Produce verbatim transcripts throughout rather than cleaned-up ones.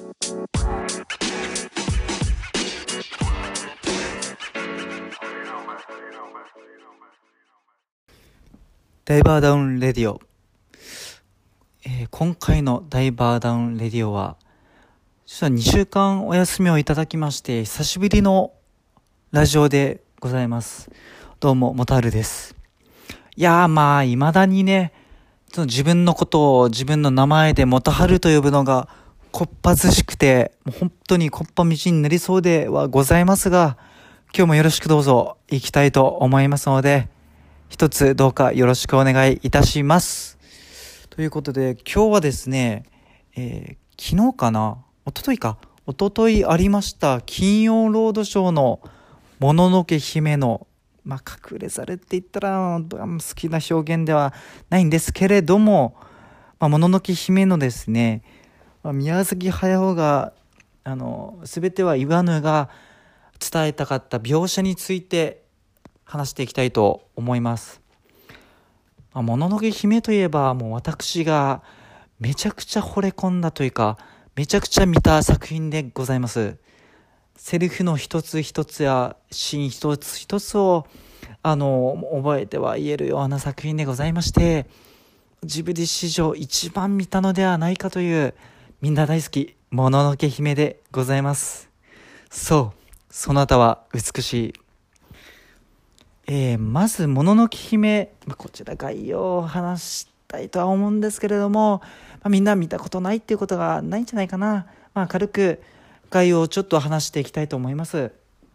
ダイバーダウンレディオ、えー、今回のダイバーダウンレディオは実はにしゅうかんお休みをいただきまして久しぶりのラジオでございます。どうももたるです。いやーまあ未だにね、その自分のことを自分の名前でもたはると呼ぶのがこっぱずしくて、もう本当にこっぱみじになりそうではございますが、今日もよろしくどうぞ行きたいと思いますので、一つどうかよろしくお願いいたします。ということで今日はですね、えー、昨日かな一昨日か一昨日ありました金曜ロードショーのもののけ姫の、まあ、隠れ猿って言ったら好きな表現ではないんですけれども、まあ、もののけ姫のですね、まあ、宮崎駿があの全ては言わぬが伝えたかった描写について話していきたいと思います。まあ、もののけ姫といえばもう私がめちゃくちゃ惚れ込んだというかめちゃくちゃ見た作品でございます。セリフの一つ一つやシーン一つ一つをあの覚えては言えるような作品でございまして、ジブリ史上一番見たのではないかというみんな大好きもののけ姫でございます。そう、そなたは美しい。えー、まずもののけ姫、まあ、こちら概要を話したいとは思うんですけれども、まあ、みんな見たことないっていうことがないんじゃないかな。まあ、軽く概要をちょっと話していきたいと思います。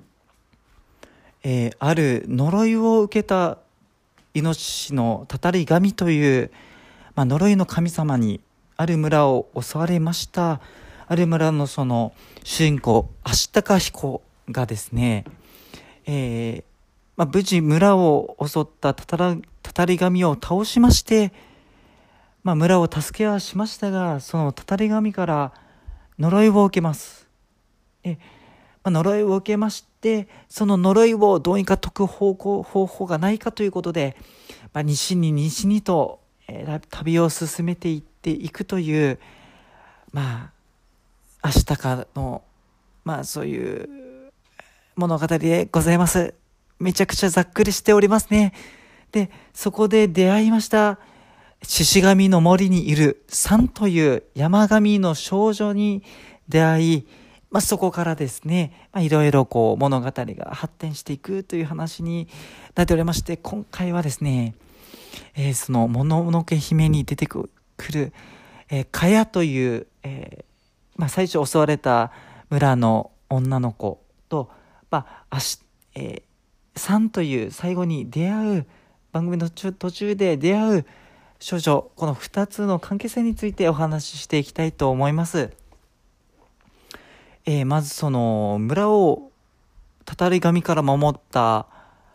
えー、ある呪いを受けたイノシシのたたり神という、まあ、呪いの神様にある村を襲われました。ある村のその主人公アシタカヒコがですね、えーまあ、無事村を襲ったたたらたたり神を倒しまして、まあ、村を助けはしましたが、そのたたり神から呪いを受けます。え、まあ、呪いを受けまして、その呪いをどうにか解く方向方法がないかということで、まあ、西に西にと、えー、旅を進めていっていくという、まあ、アシタカの、まあ、そういう物語でございます。めちゃくちゃざっくりしておりますね。で、そこで出会いました獅子神の森にいるサンという山神の少女に出会い、まあ、そこからですね、まあ、いろいろこう物語が発展していくという話になっておりまして、今回はですね、えー、そのもののけ姫に出てくる、えー、かやという、えーまあ、最初襲われた村の女の子と、まあ、あし、えーさんという最後に出会う番組の途中で出会う少女、このふたつの関係性についてお話ししていきたいと思います。えー、まずその村をたたり神から守った、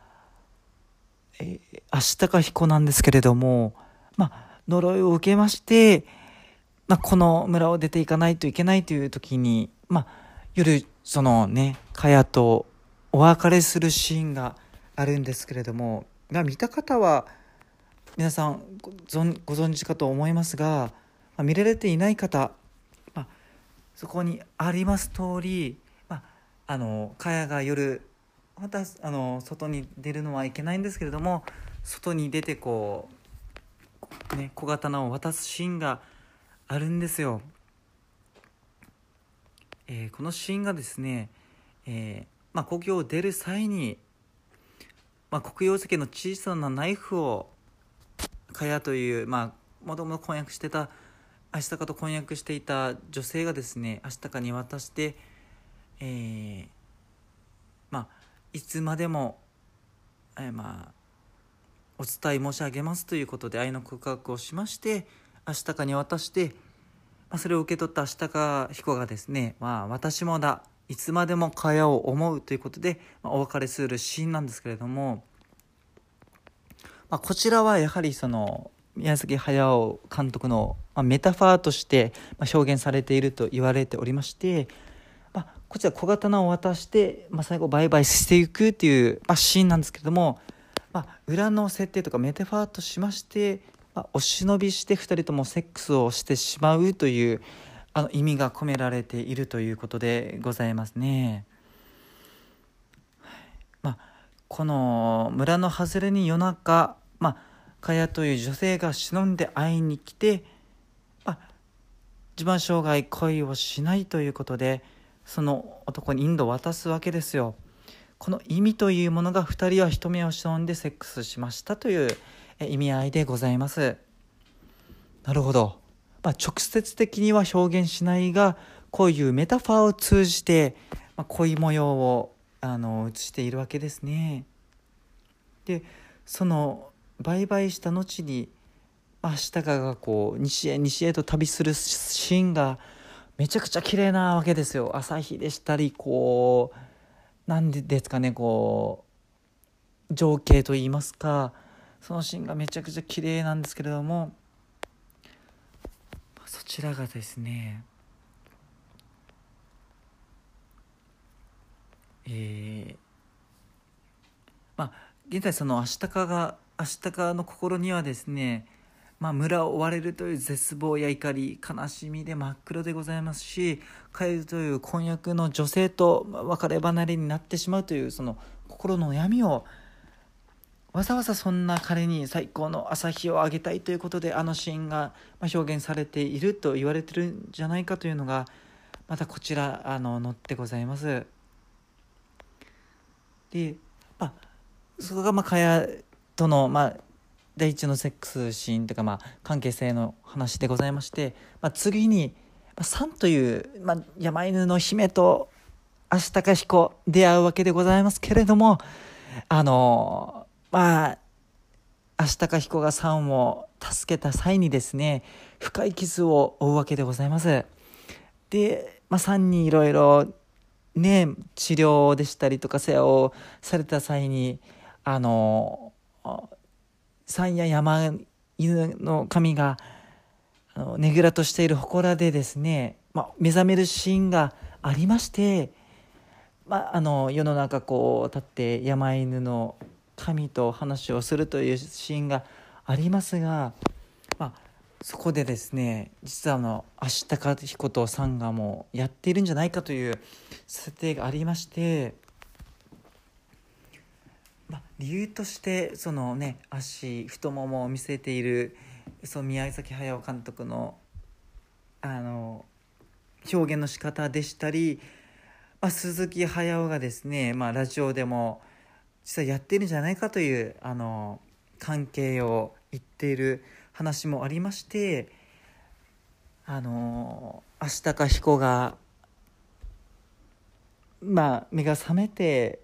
えー、アシタカヒコなんですけれども、まあ、呪いを受けまして、まあ、この村を出ていかないといけないという時に、まあ、夜そのねカヤとお別れするシーンがあるんですけれども、まあ、見た方は皆さんご存、ご存知かと思いますが、まあ、見られていない方、まあ、そこにあります通り、まあ、あのカヤが夜またあの外に出るのはいけないんですけれども、外に出てこう、ね、小刀を渡すシーンがあるんですよ。えー、このシーンがですね、えーまあ、故郷を出る際に、まあ、黒曜石の小さなナイフをカヤという、まあ、もともと婚約してたアシタカと婚約していた女性がですねアシタカに渡して、えー、まあいつまでも、えー、まあお伝え申し上げますということで愛の告白をしましてアシタカに渡して、まあ、それを受け取ったアシタカヒコがですね、まあ、私もだいつまでもカヤを思うということで、まあ、お別れするシーンなんですけれども、まあ、こちらはやはりその宮崎駿監督の、まあ、メタファーとして、まあ、表現されていると言われておりまして、まあ、こちら小刀を渡して、まあ、最後バイバイしていくっていう、まあ、シーンなんですけれども、まあ、裏の設定とかメタファーとしまして、まあ、お忍びしてふたりともセックスをしてしまうというあの意味が込められているということでございますね。まあ、この村の外れに夜中、まあ、かやという女性が忍んで会いに来て、まあ、自分は生涯恋をしないということでその男に引導を渡すわけですよ。この意味というものが二人は人目を忍んでセックスしましたという意味合いでございます。なるほど、まあ、直接的には表現しないがこういうメタファーを通じて、まあ、恋模様をあの映しているわけですね。でその売買した後にアシタカがこう西へ西へと旅するシーンがめちゃくちゃ綺麗なわけですよ。朝日でしたりこうなんでですかねこう情景といいますかそのシーンがめちゃくちゃ綺麗なんですけれども、そちらがですねえー、まあ現在そのアシタカがアシタカの心にはですね、まあ、村を追われるという絶望や怒り悲しみで真っ黒でございますし、カエルという婚約の女性と別れ離れになってしまうというその心の闇をわざわざそんな彼に最高の朝日をあげたいということであのシーンが表現されていると言われてるんじゃないかというのがまたこちらあの載ってございます。で、まあ、そこがまあカヤとの、まあ、第一のセックスシーンというか、まあ、関係性の話でございまして、まあ、次に、まあ、サンという、まあ、山犬の姫と足高彦出会うわけでございますけれども、あのまあ足高彦がサンを助けた際にですね深い傷を負うわけでございます。で、まあ、サンにいろいろね治療でしたりとか世話をされた際にあの山や山犬の神があのねぐらとしている祠でですね、まあ、目覚めるシーンがありまして、まあ、あの世の中こう立って山犬の神と話をするというシーンがありますが、まあ、そこでですね実はあの足高彦とさんがもうやっているんじゃないかという設定がありまして、まあ、理由としてそのね足太ももを見せているその宮崎駿監督のあの表現の仕方でしたり、まあ、鈴木駿がですね、まあ、ラジオでも実はやっているんじゃないかというあの関係を言っている話もありまして、あの足高彦がまあ目が覚めて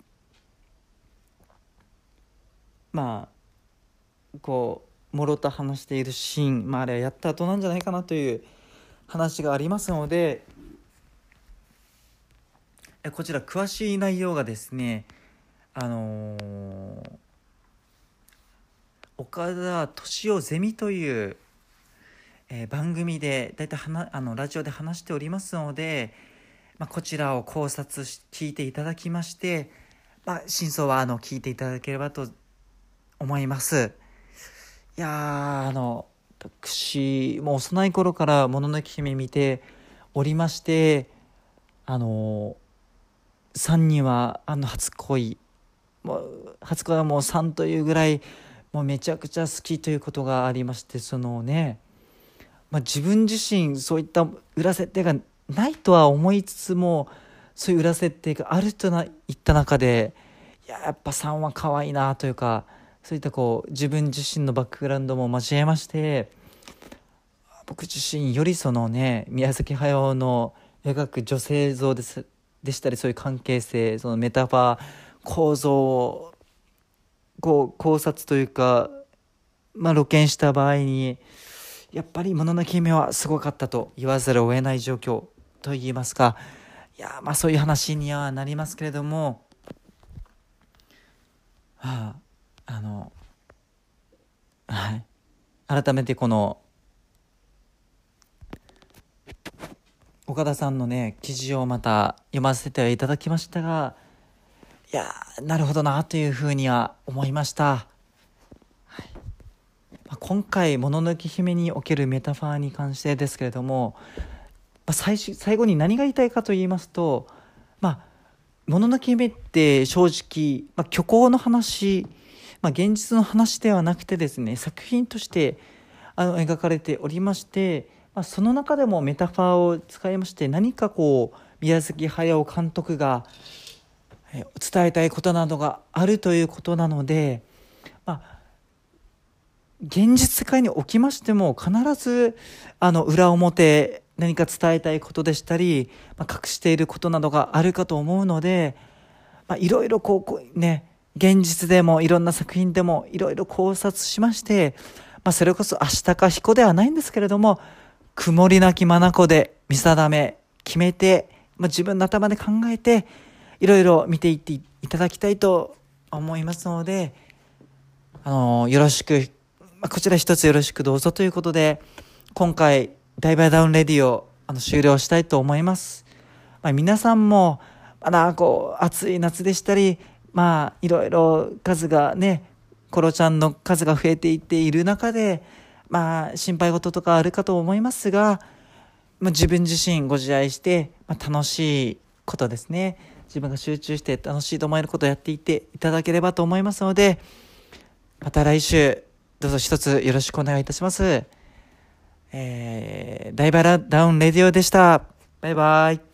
まあこうもろと話しているシーン、まあ、あれはやった後なんじゃないかなという話がありますので、こちら詳しい内容がですねあのー、岡田敏夫ゼミという、えー、番組でだいたいあのラジオで話しておりますので、まあ、こちらを考察し聞いていただきまして、まあ、真相はあの聞いていただければと思います。いやーあの私もう幼い頃からもののけ姫見ておりまして、あのさんにはあの初恋もう初恋はもうさんというぐらいもうめちゃくちゃ好きということがありまして、そのね、まあ、自分自身そういった裏設定がないとは思いつつもそういう裏設定があるといった中でいややっぱさんは可愛いなというか、そういったこう自分自身のバックグラウンドも交えまして僕自身よりそのね宮崎駿の描く女性像ですでしたりそういう関係性そのメタファー構造をこう考察というか、まあ、露見した場合にやっぱりもののけ姫はすごかったと言わざるを得ない状況といいますか、いやまあそういう話にはなりますけれども、はあ、あのはい改めてこの岡田さんのね記事をまた読ませていただきましたが、いやなるほどなというふうには思いました。はいまあ、今回もののけ姫におけるメタファーに関してですけれども、 あ、最終最後に何が言いたいかと言いますと、まあ、もののけ姫って正直、まあ、虚構の話、まあ、現実の話ではなくてですね、作品としてあの描かれておりまして、まあ、その中でもメタファーを使いまして、何かこう宮崎駿監督がえー伝えたいことなどがあるということなので、まあ、現実世界におきましても必ずあの裏表何か伝えたいことでしたり、まあ、隠していることなどがあるかと思うので、まあ、いろいろこう、こうね、現実でもいろんな作品でもいろいろ考察しまして、まあ、それこそ明日か彦ではないんですけれども、曇りなき眼で見定め決めて、まあ、自分の頭で考えていろいろ見ていっていただきたいと思いますので、あのよろしく、まあ、こちら一つよろしくどうぞということで、今回ダイバーダウンレディをあの終了したいと思います。まあ、皆さんもまだこう暑い夏でしたり、まあいろいろ数がね、コロちゃんの数が増えていっている中で、まあ心配事とかあるかと思いますが、まあ、自分自身ご自愛して、まあ、楽しいことですね、自分が集中して楽しいと思えることをやっていっていただければと思いますので、また来週どうぞ一つよろしくお願いいたします。えー、ダイバーダウンレディオでした。バイバイ。